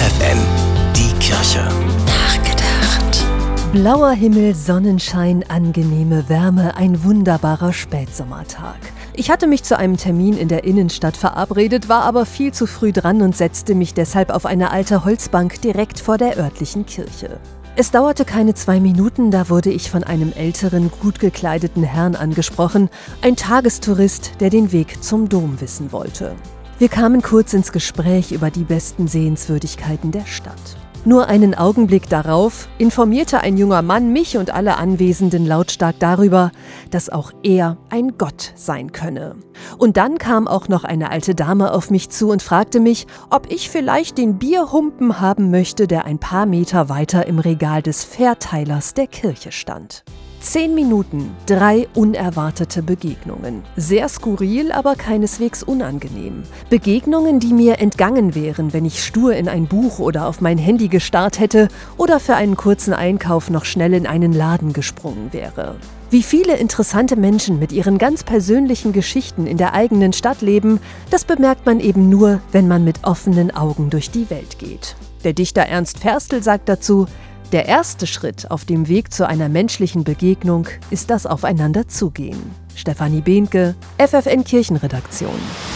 FFN, die Kirche. Nachgedacht. Blauer Himmel, Sonnenschein, angenehme Wärme, ein wunderbarer Spätsommertag. Ich hatte mich zu einem Termin in der Innenstadt verabredet, war aber viel zu früh dran und setzte mich deshalb auf eine alte Holzbank direkt vor der örtlichen Kirche. Es dauerte keine 2 Minuten, da wurde ich von einem älteren, gut gekleideten Herrn angesprochen, ein Tagestourist, der den Weg zum Dom wissen wollte. Wir kamen kurz ins Gespräch über die besten Sehenswürdigkeiten der Stadt. Nur einen Augenblick darauf informierte ein junger Mann mich und alle Anwesenden lautstark darüber, dass auch er ein Gott sein könne. Und dann kam auch noch eine alte Dame auf mich zu und fragte mich, ob ich vielleicht den Bierhumpen haben möchte, der ein paar Meter weiter im Regal des Verteilers der Kirche stand. 10 Minuten, 3 unerwartete Begegnungen. Sehr skurril, aber keineswegs unangenehm. Begegnungen, die mir entgangen wären, wenn ich stur in ein Buch oder auf mein Handy gestarrt hätte oder für einen kurzen Einkauf noch schnell in einen Laden gesprungen wäre. Wie viele interessante Menschen mit ihren ganz persönlichen Geschichten in der eigenen Stadt leben, das bemerkt man eben nur, wenn man mit offenen Augen durch die Welt geht. Der Dichter Ernst Ferstel sagt dazu: Der erste Schritt auf dem Weg zu einer menschlichen Begegnung ist das Aufeinanderzugehen. Stefanie Behnke, FFN Kirchenredaktion.